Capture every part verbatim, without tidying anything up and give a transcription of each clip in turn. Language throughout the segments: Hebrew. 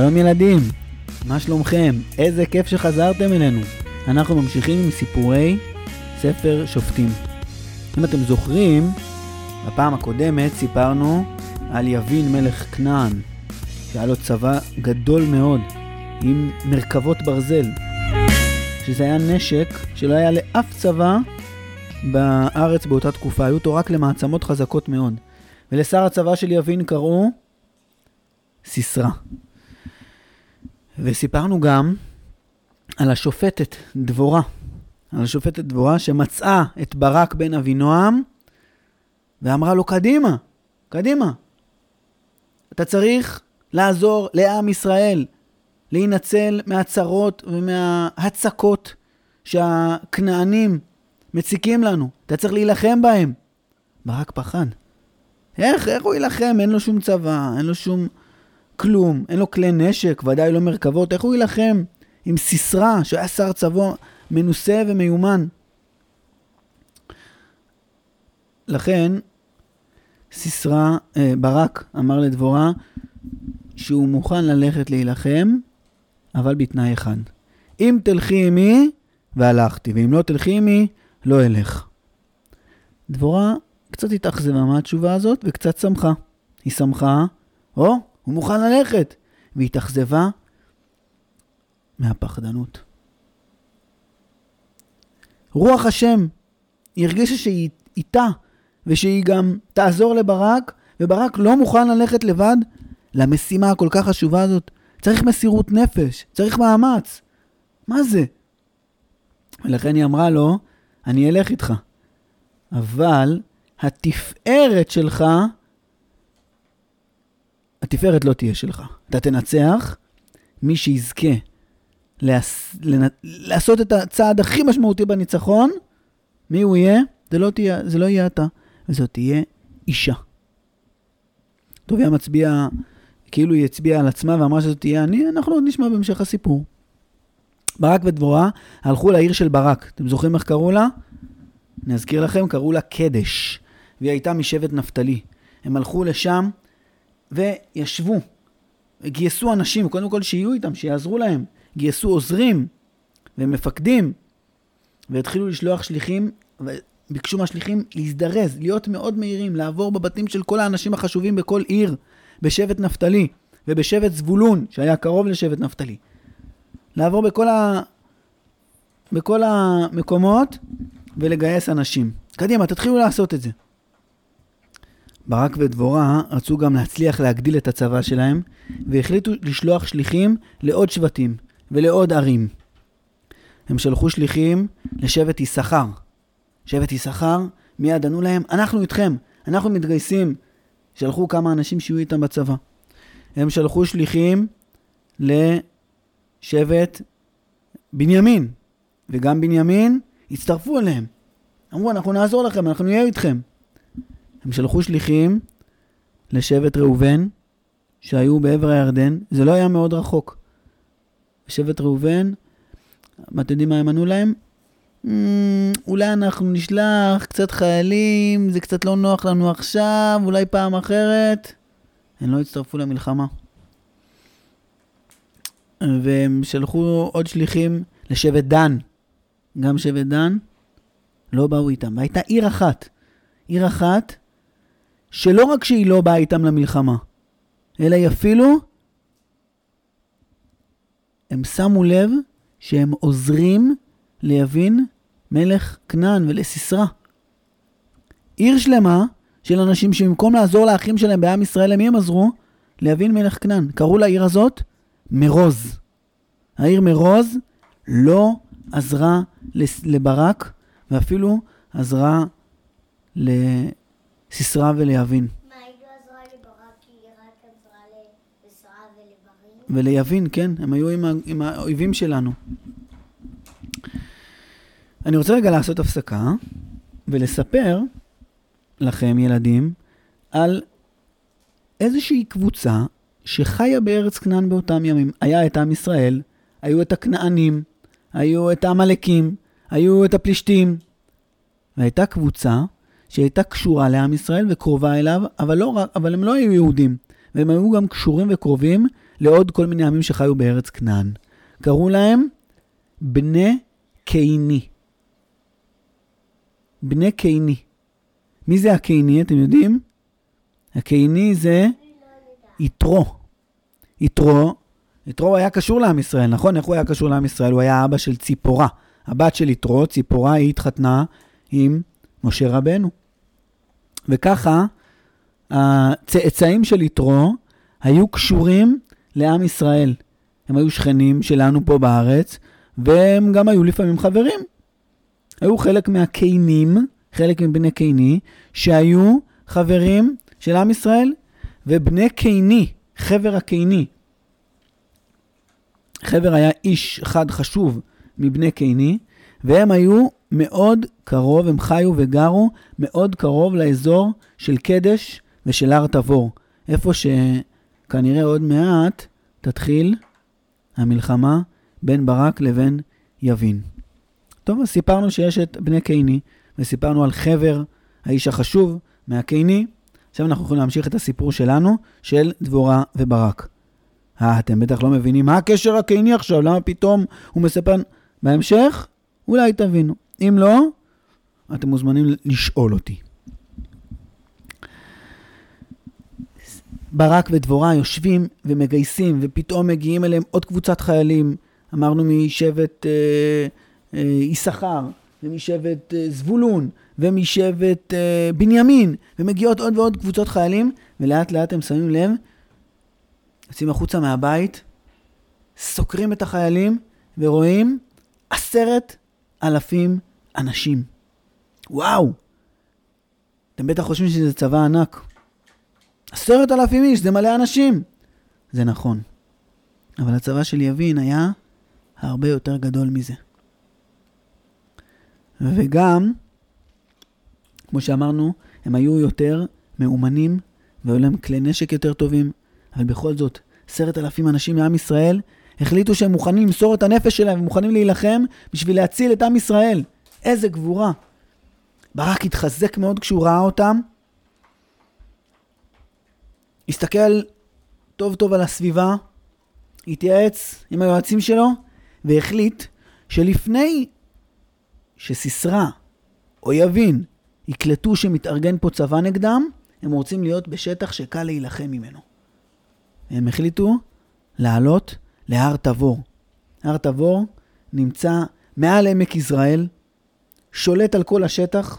שלום ילדים, מה שלומכם? איזה כיף שחזרתם אלינו. אנחנו ממשיכים עם סיפורי ספר שופטים. אם אתם זוכרים, בפעם הקודמת סיפרנו על יבין מלך כנען, שהיה לו צבא גדול מאוד, עם מרכבות ברזל, שזה היה נשק שלא היה לאף צבא בארץ באותה תקופה, היו אותו רק למעצמות חזקות מאוד. ולשר הצבא של יבין קראו סיסרא. וסיפרנו גם על השופטת דבורה, על השופטת דבורה שמצאה את ברק בן אבינועם ואמרה לו, קדימה, קדימה. אתה צריך לעזור לעם ישראל, להינצל מהצרות ומההצקות שהכנענים מציקים לנו. אתה צריך להילחם בהם. ברק פחד. איך, איך הוא ילחם? אין לו שום צבא, אין לו שום כלום, אין לו כלי נשק, ודאי לא מרכבות. איך הוא ילחם עם סיסרא, שהיה שר צבא מנוסה ומיומן? לכן, סיסרא, אה, ברק אמר לדבורה שהוא מוכן ללכת להילחם, אבל בתנאי אחד. אם תלכי עמי, והלכתי, ואם לא תלכי עמי, לא אלך. דבורה קצת התאכזבה מהתשובה הזאת, וקצת שמחה. היא שמחה, או, הוא מוכן ללכת, והיא התאכזבה מהפחדנות. רוח השם, היא הרגישה שהיא איתה, ושהיא גם תעזור לברק, וברק לא מוכן ללכת לבד למשימה הכל כך חשובה הזאת. צריך מסירות נפש, צריך מאמץ. מה זה? ולכן היא אמרה לו, אני אלך איתך. אבל התפארת שלך, התפארת לא תהיה שלך. אתה תנצח, מי שיזכה לעש... לעשות את הצעד הכי משמעותי בניצחון, מי הוא יהיה? זה לא, תהיה, זה לא יהיה אתה, וזאת תהיה אישה. טוביה מצביע, כאילו היא הצביעה על עצמה ואמרה שזאת תהיה אני, אנחנו עוד נשמע בהמשך הסיפור. ברק ודבורה הלכו לעיר של ברק. אתם זוכרים איך קראו לה? נזכיר לכם, קראו לה קדש. והיא הייתה משבט נפתלי. הם הלכו לשם וישבו. גייסו אנשים, קודם כל שיהיו איתם, שיעזרו להם. גייסו עוזרים ומפקדים. והתחילו לשלוח שליחים, וביקשו מהשליחים להזדרז, להיות מאוד מהירים, לעבור בבתים של כל האנשים החשובים בכל עיר, בשבט נפתלי, ובשבט זבולון, שהיה קרוב לשבט נפתלי. לעבור בכל, ה... בכל המקומות ולגייס אנשים. קדימה, תתחילו לעשות את זה. ברק ודבורה רצו גם להצליח להגדיל את הצבא שלהם, והחליטו לשלוח שליחים לעוד שבטים ולעוד ערים. הם שלחו שליחים לשבט יששכר. שבט יששכר, מיד ענו להם, אנחנו איתכם, אנחנו מתגייסים. שלחו כמה אנשים שיהיו איתם בצבא. הם שלחו שליחים לשבט בנימין, וגם בנימין הצטרפו אליהם. אמרו, אנחנו נעזור לכם, אנחנו נהיה איתכם. הם שלחו שליחים לשבט ראובן, שהיו בעבר הירדן. זה לא היה מאוד רחוק. שבט ראובן, מה אתם יודעים מה הם ענו להם? Mm, אולי אנחנו נשלח קצת חיילים, זה קצת לא נוח לנו עכשיו, אולי פעם אחרת. הם לא הצטרפו למלחמה. והם שלחו עוד שליחים לשבט דן. גם שבט דן לא באו איתם. והייתה עיר אחת. עיר אחת שלא רק שהיא לא באה איתם למלחמה, אלא היא אפילו, הם שמו לב שהם עוזרים ליבין מלך כנען ולסיסרא. עיר שלמה של אנשים שבמקום לעזור לאחים שלהם בעם ישראל, למי הם עזרו? ליבין מלך כנען. קראו לעיר הזאת מרוז. העיר מרוז לא עזרה לברק, ואפילו עזרה לסיסרא וליבין. מה, היא לא עזרה לברק, היא רק עזרה לסיסרא ולברים? וליבין, כן, הם היו עם, ה, עם האויבים שלנו. אני רוצה רגע לעשות הפסקה, ולספר לכם, ילדים, על איזושהי קבוצה שחיה בארץ כנען באותם ימים. היה את עם ישראל, היו את הכנענים, היו את העמלקים, היו את הפלישתים. והייתה קבוצה שהייתה קשורה לעם ישראל וקרובה אליו, אבל, לא, אבל הם לא היו יהודים. והם היו גם קשורים וקרובים לעוד כל מיני עמים שחיו בארץ כנען. קראו להם בני קייני. בני קייני. מי זה הקייני, אתם יודעים? הקייני זה יתרו. יתרו, יתרו היה קשור לעם ישראל, נכון? איך הוא היה קשור לעם ישראל? הוא היה אבא של ציפורה. הבת של יתרו, ציפורה, היא התחתנה עם משה רבנו. וככה, הצאצאים של יתרו היו קשורים לעם ישראל. הם היו שכנים שלנו פה בארץ, והם גם היו לפעמים חברים. היו חלק מהקיינים, חלק מבני קייני, שהיו חברים של עם ישראל, ובני קייני, חבר הקייני. חבר היה איש אחד חשוב מבני קייני, והם היו מאוד קרוב, הם חיו וגרו מאוד קרוב לאזור של קדש ושל הר תבור. איפה שכנראה עוד מעט תתחיל המלחמה בין ברק לבין יבין. טוב, אז סיפרנו שיש את בני קייני, וסיפרנו על חבר האיש החשוב מהקייני. עכשיו אנחנו יכולים להמשיך את הסיפור שלנו, של דבורה וברק. אה, אתם בטח לא מבינים, מה הקשר הקייני עכשיו? למה פתאום הוא מספר? בהמשך, אולי תבינו. אם לא, אתם מוזמנים לשאול אותי. ברק ודבורה יושבים ומגייסים, ופתאום מגיעים אליהם עוד קבוצת חיילים. אמרנו משבט אה, אה, יששכר, ומשבט אה, זבולון, ומשבט אה, בנימין, ומגיעות עוד ועוד קבוצות חיילים, ולאט לאט הם שמים לב, יוצאים החוצה מהבית, סוקרים את החיילים, ורואים עשרת אלפים אנשים. וואו! אתם בטח חושבים שזה צבא ענק. עשרת אלפים איש, זה מלא אנשים. זה נכון. אבל הצבא של יבין היה הרבה יותר גדול מזה. וגם, כמו שאמרנו, הם היו יותר מאומנים, והיו להם כלי נשק יותר טובים, אבל בכל זאת, עשרת אלפים אנשים מעם ישראל, החליטו שהם מוכנים למסור את הנפש שלהם, ומוכנים להילחם בשביל להציל את עם ישראל. איזה גבורה. ברק התחזק מאוד כשהוא ראה אותם, הסתכל טוב טוב על הסביבה, התייעץ עם היועצים שלו, והחליט שלפני שסיסרא או יבין יקלטו שמתארגן פה צבא נגדם, הם רוצים להיות בשטח שקל להילחם ממנו. הם החליטו לעלות להר תבור. הר תבור נמצא מעל עמק יזרעאל, שולט על כל השטח.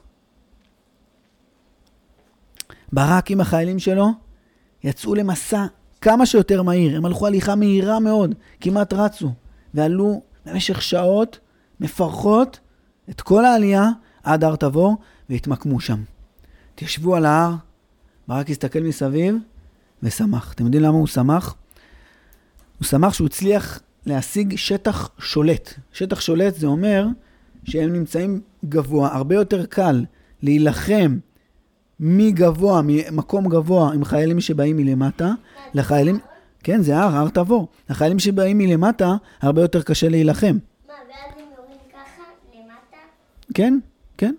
ברק עם החיילים שלו יצאו למסע כמה שיותר מהיר. הם הלכו הליכה מהירה מאוד, כמעט רצו, ועלו במשך שעות מפרכות את כל העלייה עד הר תבור, והתמקמו שם. תישבו על ההר, ברק הסתכל מסביב ושמח. אתם יודעים למה הוא שמח? הוא שמח שהוא הצליח להשיג שטח שולט. שטח שולט זה אומר שהם נמצאים גבוה, הרבה יותר קל להילחם מגבוה, ממקום גבוה, עם חיילים שבאים מלמטה, לחיילים, כן, זה הר, הר תבור. לחיילים שבאים מלמטה, הרבה יותר קשה להילחם. מה, ואז הם יורים ככה, למטה? כן, כן.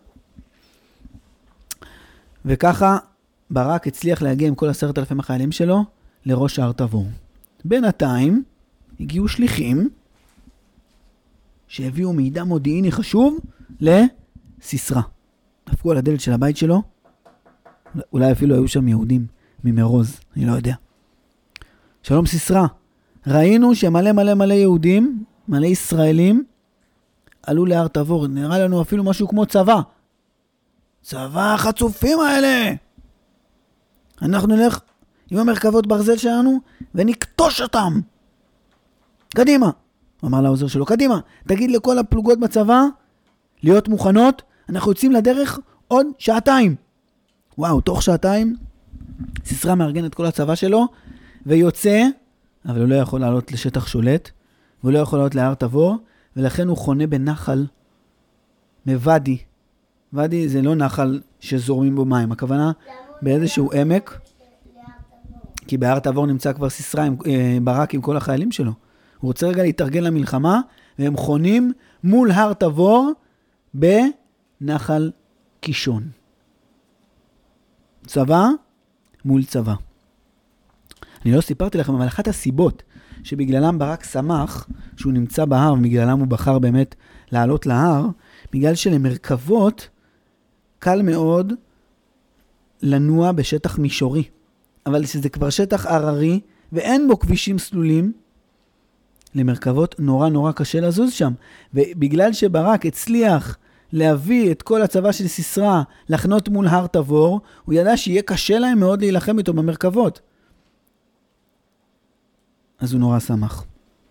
וככה ברק הצליח להגיע עם כל עשרת אלפים החיילים שלו לראש הר תבור. בינתיים הגיעו שליחים שהביאו מידע מודיעיני חשוב לסיסרא. דפקו על הדלת של הבית שלו, אולי אפילו היו שם יהודים ממרוז, אני לא יודע. שלום סיסרא, ראינו שמלא מלא מלא יהודים, מלא ישראלים, עלו להר תבור, נראה לנו אפילו משהו כמו צבא. צבא החצופים האלה! אנחנו נלך עם המרכבות ברזל שלנו ונקטוש אותם. קדימה, הוא אמר לעוזר שלו, קדימה, תגיד לכל הפלוגות בצבא להיות מוכנות, אנחנו יוצאים לדרך עוד שעתיים. וואו, תוך שעתיים סיסרא מארגן את כל הצבא שלו ויוצא, אבל הוא לא יכול לעלות לשטח שולט, והוא לא יכול לעלות להר תבור, ולכן הוא חונה בנחל מוואדי. ואדי זה לא נחל שזורמים בו מים, הכוונה באיזשהו עמק, כי בהר תבור נמצא כבר סיסרא עם, אה, ברק עם כל החיילים שלו. הוא רוצה רגע להתארגן למלחמה, והם חונים מול הר תבור בנחל קישון. צבא מול צבא. אני לא סיפרתי לכם, אבל אחת הסיבות שבגללם ברק שמח שהוא נמצא בהר, ובגללם הוא בחר באמת לעלות להר, בגלל שלמרכבות קל מאוד לנוע בשטח מישורי. אבל שזה כבר שטח הררי, ואין בו כבישים סלולים, למרכבות נורא נורא קשה לזוז שם. ובגלל שברק הצליח להביא את כל הצבא של סיסרא לחנות מול הר תבור, הוא ידע שיהיה קשה להם מאוד להילחם איתו במרכבות. אז הוא נורא שמח.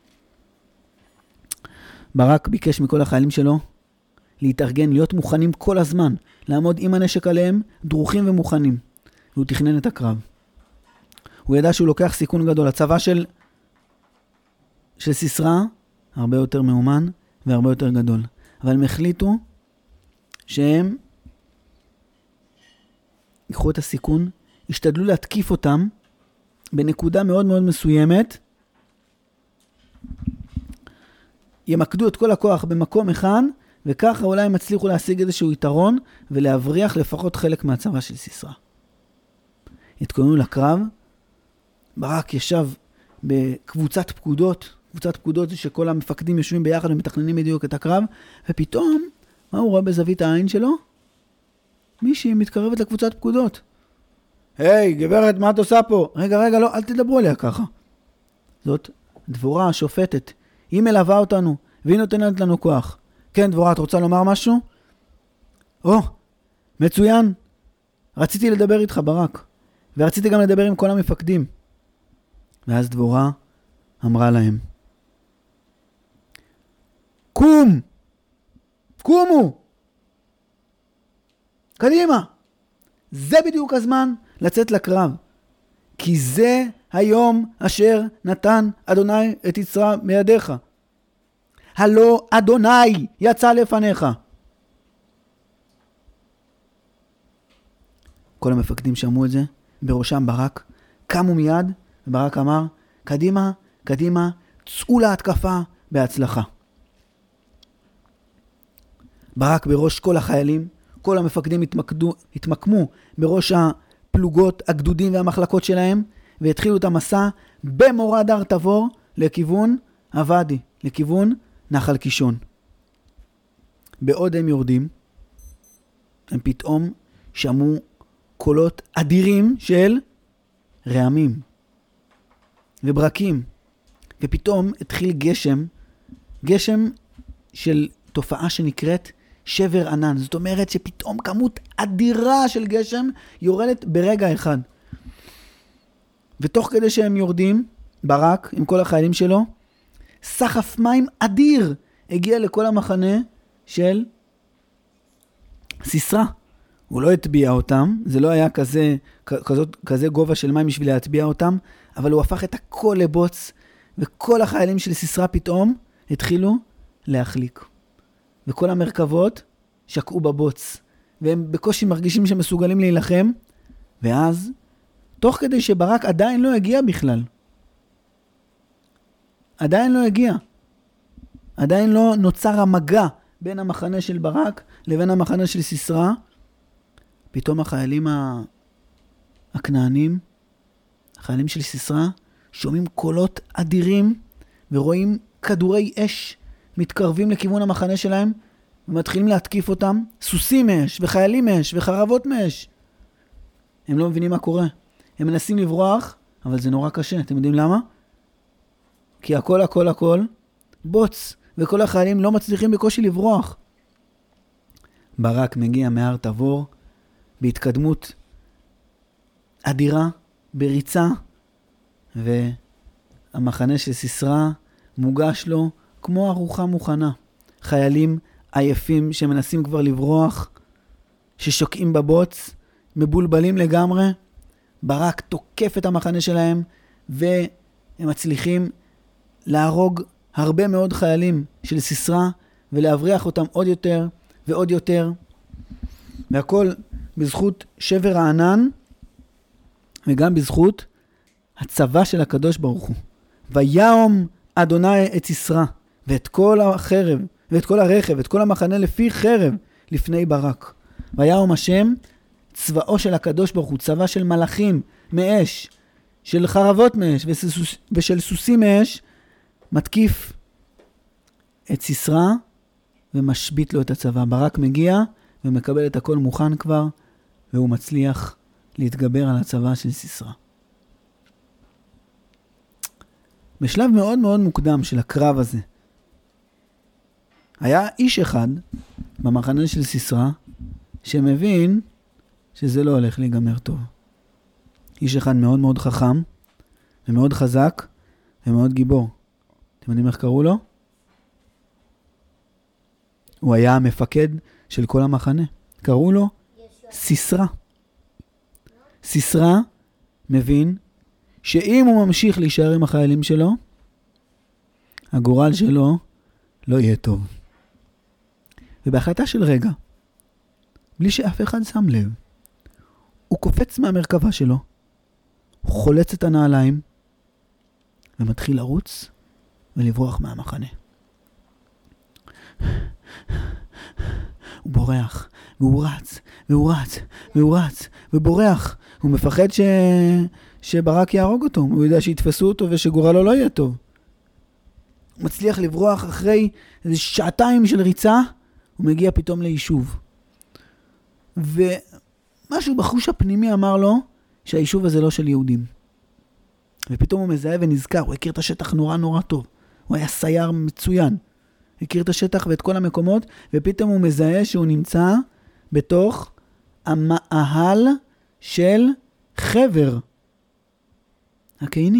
ברק ביקש מכל החיילים שלו להתארגן, להיות מוכנים כל הזמן, לעמוד עם הנשק עליהם, דרוכים ומוכנים. והוא תכנן את הקרב. הוא ידע שהוא לוקח סיכון גדול. הצבא של, של סיסרא הרבה יותר מאומן והרבה יותר גדול. אבל הם החליטו שהם ייקחו את הסיכון, ישתדלו להתקיף אותם בנקודה מאוד מאוד מסוימת, ימקדו את כל הכוח במקום אחד, וככה אולי הם הצליחו להשיג איזשהו יתרון, ולהבריח לפחות חלק מהצבא של סיסרא. התכוננו לקרב, ברק ישב בקבוצת פקודות, קבוצת פקודות זה שכל המפקדים יושבים ביחד ומתכננים בדיוק את הקרב, ופתאום, מה הוא רואה בזווית העין שלו? מישהי מתקרבת לקבוצת פקודות. היי, גברת, מה את עושה פה? רגע, רגע, לא, אל תדברו עליה ככה. זאת דבורה השופטת. היא מלווה אותנו, והיא נותנת לנו כוח. כן, דבורה, את רוצה לומר משהו? או, מצוין. רציתי לדבר איתך, ברק. ורציתי גם לדבר עם כל המפקדים. ואז דבורה אמרה להם, קום! קומו! קדימה! זה בדיוק הזמן לצאת לקרב. כי זה היום אשר נתן אדוני את יצרה מידיך. הלא אדוני יצא לפניך. כל המפקדים שמעו את זה, בראשם ברק, קמו מיד, וברק אמר, קדימה, קדימה, צאו להתקפה בהצלחה. ברק בראש כל החיילים, כל המפקדים התמקדו, התמקמו בראש הפלוגות, הגדודים והמחלקות שלהם, והתחילו את המסע במורד הר תבור לכיוון הוואדי, לכיוון נחל קישון. בעוד הם יורדים, הם פתאום שמעו קולות אדירים של רעמים וברקים, ופתאום התחיל גשם, גשם של תופעה שנקראת שבר ענן. זאת אומרת שפתאום כמות אדירה של גשם יורדת ברגע אחד. ותוך כדי שהם יורדים, ברק עם כל החיילים שלו, סחף מים אדיר הגיע לכל המחנה של סיסרא. הוא לא הטביע אותם, זה לא היה כזה, כזאת, כזה גובה של מים בשביל להטביע אותם, אבל הוא הפך את הכל לבוץ, וכל החיילים של סיסרא פתאום התחילו להחליק. וכל המרכבות שקעו בבוץ, והם בקושי מרגישים שמסוגלים להילחם, ואז, תוך כדי שברק עדיין לא הגיע בכלל, עדיין לא הגיע, עדיין לא נוצר המגע בין המחנה של ברק לבין המחנה של סיסרא, פתאום החיילים הכנענים, החיילים של סיסרא, שומעים קולות אדירים ורואים כדורי אש מתקרבים לכיוון המחנה שלהם ומתחילים להתקיף אותם, סוסים מאש וחיילים מאש וחרבות מאש. הם לא מבינים מה קורה. הם מנסים לברוח, אבל זה נורא קשה. אתם יודעים למה? כי הכל הכל הכל בוץ, וכל החיילים לא מצליחים בקושי לברוח. ברק מגיע מהר תבור בהתקדמות אדירה, בריצה, והמחנה של סיסרא מוגש לו כמו ארוחה מוכנה. חיילים עייפים שמנסים כבר לברוח, ששוקעים בבוץ, מבולבלים לגמרי. ברק תוקף את המחנה שלהם, והם מצליחים להרוג הרבה מאוד חיילים של סיסרא, ולהבריח אותם עוד יותר ועוד יותר. והכל בזכות שבר הענן, וגם בזכות הצבא של הקדוש ברוך הוא. ויום אדוני את סיסרא, ואת כל החרב, ואת כל הרכב, ואת כל המחנה לפי חרב, לפני ברק. ויום השם צבאו של הקדוש ברוך הוא, צבא של מלאכים מאש, של חרבות מאש וסוס, ושל סוסים מאש, מתקיף את סיסרא ומשבית לו את הצבא. ברק מגיע ומקבל את הכל מוכן כבר, והוא מצליח להתגבר על הצבא של סיסרא. בשלב מאוד מאוד מוקדם של הקרב הזה, היה איש אחד במחנה של סיסרא שמבין שזה לא הולך להיגמר טוב. איש אחד מאוד מאוד חכם ומאוד חזק ומאוד גיבור. אתם יודעים איך קראו לו? הוא היה המפקד של כל המחנה. קראו לו סיסרא. סיסרא מבין שאם הוא ממשיך להישאר עם החיילים שלו, הגורל שלו לא יהיה טוב. ובהחלטה של רגע, בלי שאף אחד שם לב, הוא קופץ מהמרכבה שלו, חולץ את הנעליים, ומתחיל לרוץ ולברוח מהמחנה. הוא בורח, והוא רץ, והוא רץ, והוא רץ, ובורח. הוא מפחד ש... שברק יהרוג אותו. הוא יודע שיתפסו אותו ושגורלו לא יהיה טוב. הוא מצליח לברוח אחרי איזה שעתיים של ריצה, הוא מגיע פתאום ליישוב. ומשהו בחוש הפנימי אמר לו שהיישוב הזה לא של יהודים. ופתאום הוא מזהה ונזכר, הוא הכיר את השטח נורא נורא טוב. הוא היה סייר מצוין. הכיר את השטח ואת כל המקומות, ופתאום הוא מזהה שהוא נמצא בתוך המאהל של חבר הקייני.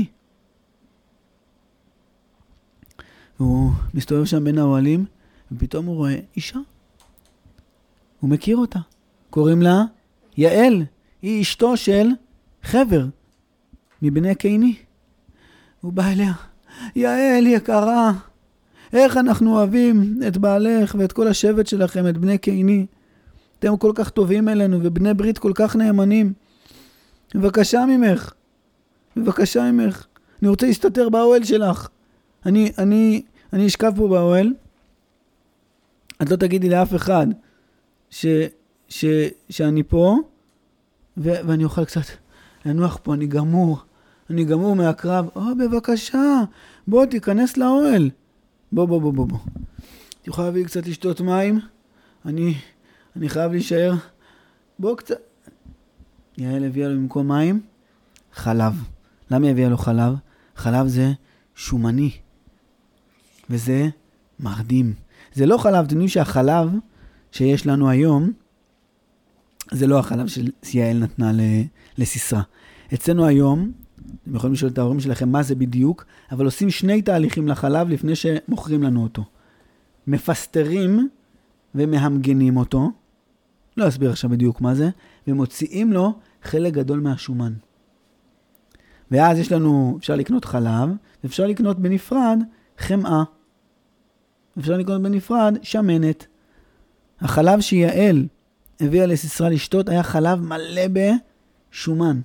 הוא מסתובב שם בין האוהלים, ופתאום הוא רואה אישה. הוא מכיר אותה. קוראים לה יעל. היא אשתו של חבר מבני קייני. הוא בא אליה, יעל יקרה, איך אנחנו אוהבים את בעלך ואת כל השבט שלכם, את בני קייני. אתם כל כך טובים אלינו, ובני ברית כל כך נאמנים. בבקשה ממך, בבקשה ממך. אני רוצה להסתתר באוהל שלך. אני, אני, אני אשכב פה באוהל. את לא תגידי לאף אחד ש, ש, שאני פה, ו, ואני אוכל קצת לנוח פה. אני גמור, אני גמור מהקרב. או, בבקשה, בוא תיכנס לאוהל. בוא, בוא, בוא, בוא, בוא. תוכל להביא קצת לשתות מים. אני, אני חייב להישאר. בוא קצת. יעל הביאה לו במקום מים, חלב. למה הביאה לו חלב? חלב זה שומני. וזה מרדים. זה לא חלב, אתם יודעים שהחלב שיש לנו היום, זה לא החלב שיעל נתנה לסיסרא. אצלנו היום, אתם יכולים לשאול את ההורים שלכם מה זה בדיוק, אבל עושים שני תהליכים לחלב לפני שמוכרים לנו אותו. מפסטרים ומהמגנים אותו, לא אסביר עכשיו בדיוק מה זה, ומוציאים לו חלק גדול מהשומן. ואז יש לנו, אפשר לקנות חלב, ואפשר לקנות בנפרד חמאה. אפשר לקנות בנפרד שמנת. החלב שיעל הביאה לסיסרא לשתות היה חלב מלא בשומן.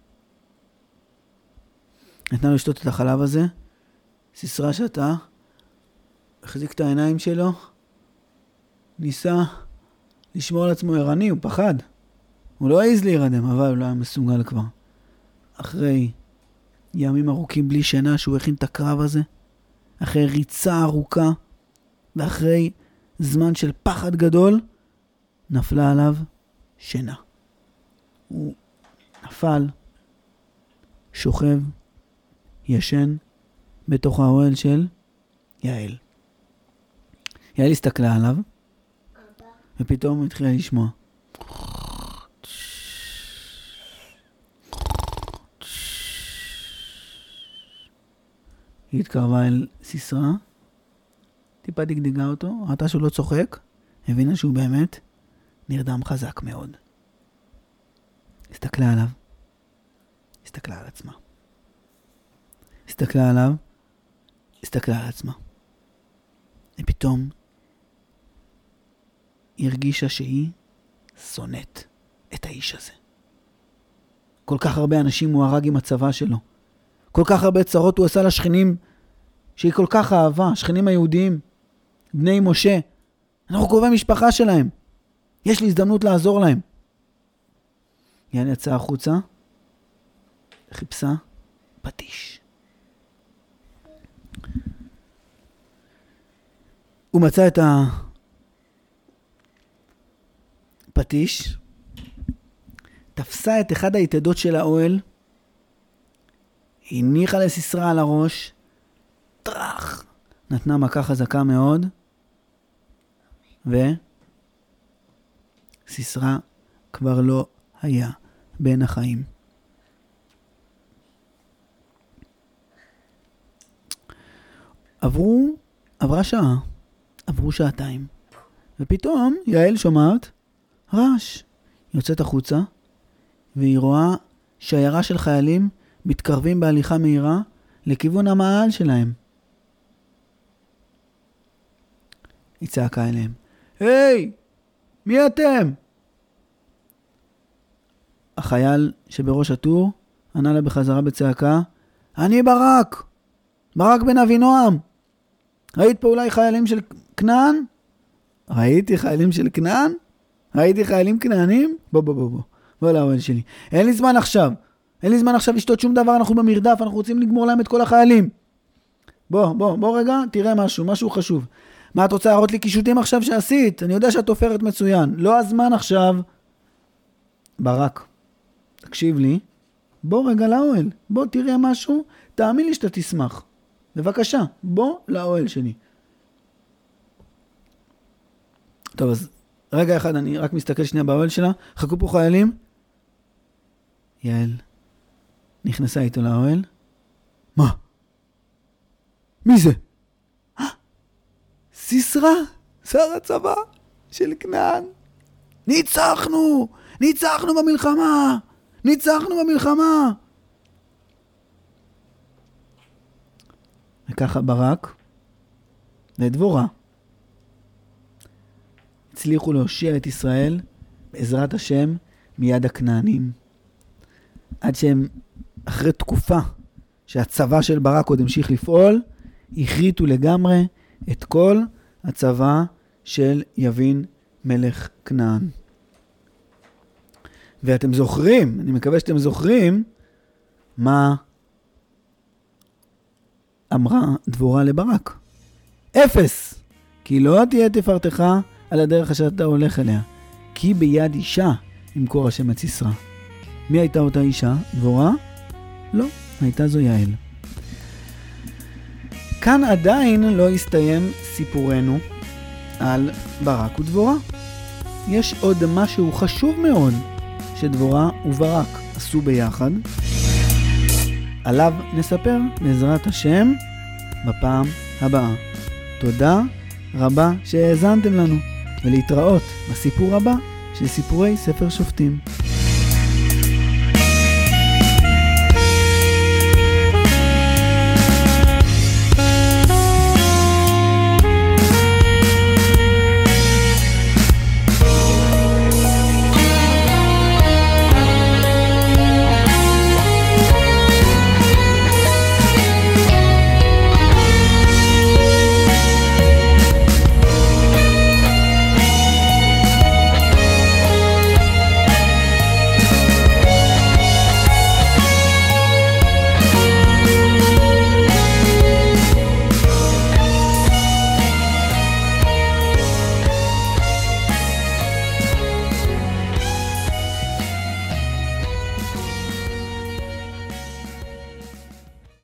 נתנה לו לשתות את החלב הזה. סיסרא שתה, החזיק את העיניים שלו, ניסה לשמור על עצמו ערני, הוא פחד. הוא לא העז להירדם, אבל הוא לא היה מסוגל כבר. אחרי ימים ארוכים בלי שינה שהוא הכין את הקרב הזה, אחרי ריצה ארוכה, ואחרי זמן של פחד גדול, נפלה עליו שינה. הוא נפל, שוכב, ישן, בתוך האוהל של יעל. יעל הסתכלה עליו, ופתאום הוא התחילה לשמוע. היא התקרבה אל סיסרא, טיפה דגדגה אותו, ראתה שהוא לא צוחק, הבינה שהוא באמת נרדם חזק מאוד. הסתכלה עליו, הסתכלה על עצמה. הסתכלה עליו, הסתכלה על עצמה. ופתאום היא הרגישה שהיא שונאת את האיש הזה. כל כך הרבה אנשים הוא הרג עם הצבא שלו. כל כך הרבה צרות הוא עשה לשכנים שהיא כל כך אהבה, השכנים היהודיים, בני משה. אנחנו קרובי משפחה שלהם. יש לי הזדמנות לעזור להם. יעל יצאה החוצה, חיפשה פטיש. הוא מצא את הפטיש, תפסה את אחד היתדות של האוהל, הניחה לסיסרא על הראש, טרח, נתנה מכה חזקה מאוד, וסיסרא כבר לא היה בין החיים. עברו, עברה שעה, עברו שעתיים, ופתאום יעל שומעת רעש. יוצאת החוצה, והיא רואה שיירה של חיילים מתקרבים בהליכה מהירה לכיוון המעל שלהם. היא צעקה אליהם, היי, מי אתם? החייל שבראש הטור ענה לה בחזרה בצעקה, אני ברק, ברק בן אבינועם. ראית פה אולי חיילים של כנען? ראיתי חיילים של כנען? ראיתי חיילים כנענים? בוא בוא בוא בוא, בוא לאוהל שלי. אין לי זמן עכשיו, אין לי זמן עכשיו לשתות שום דבר, אנחנו במרדף, אנחנו רוצים לגמור להם את כל החיילים. בוא, בוא, בוא רגע, תראה משהו, משהו חשוב. מה את רוצה להראות לי קישוטים עכשיו שעשית? אני יודע שאת תופרת מצוין. לא הזמן עכשיו. ברק, תקשיב לי. בוא רגע לאוהל. בוא תראה משהו. תאמין לי שאתה תשמח. בבקשה, בוא לאוהל שלי. טוב, אז רגע אחד, אני רק מסתכל שנייה באוהל שלה. חכו פה חיילים. יעל נכנסה איתו לאוהל. מה? מי זה? סיסרא, שר הצבא של כנען. ניצחנו! ניצחנו במלחמה! ניצחנו במלחמה! וככה ברק ודבורה הצליחו להושיע את ישראל בעזרת השם מיד הכנענים. עד שהם אחרי תקופה שהצבא של ברק עוד המשיך לפעול, החריטו לגמרי את כל הצבא של יבין מלך כנען. ואתם זוכרים, אני מקווה שאתם זוכרים, מה אמרה דבורה לברק. אפס! כי לא תהיה תפארתך על הדרך אשר אתה הולך אליה, כי ביד אישה ימכור השם את סיסרא. מי הייתה אותה אישה? דבורה? לא, הייתה זו יעל. כאן עדיין לא הסתיים סיפורנו על ברק ודבורה. יש עוד משהו חשוב מאוד שדבורה וברק עשו ביחד. עליו נספר בעזרת השם בפעם הבאה. תודה רבה שהאזנתם לנו, ולהתראות בסיפור הבא של סיפורי ספר שופטים.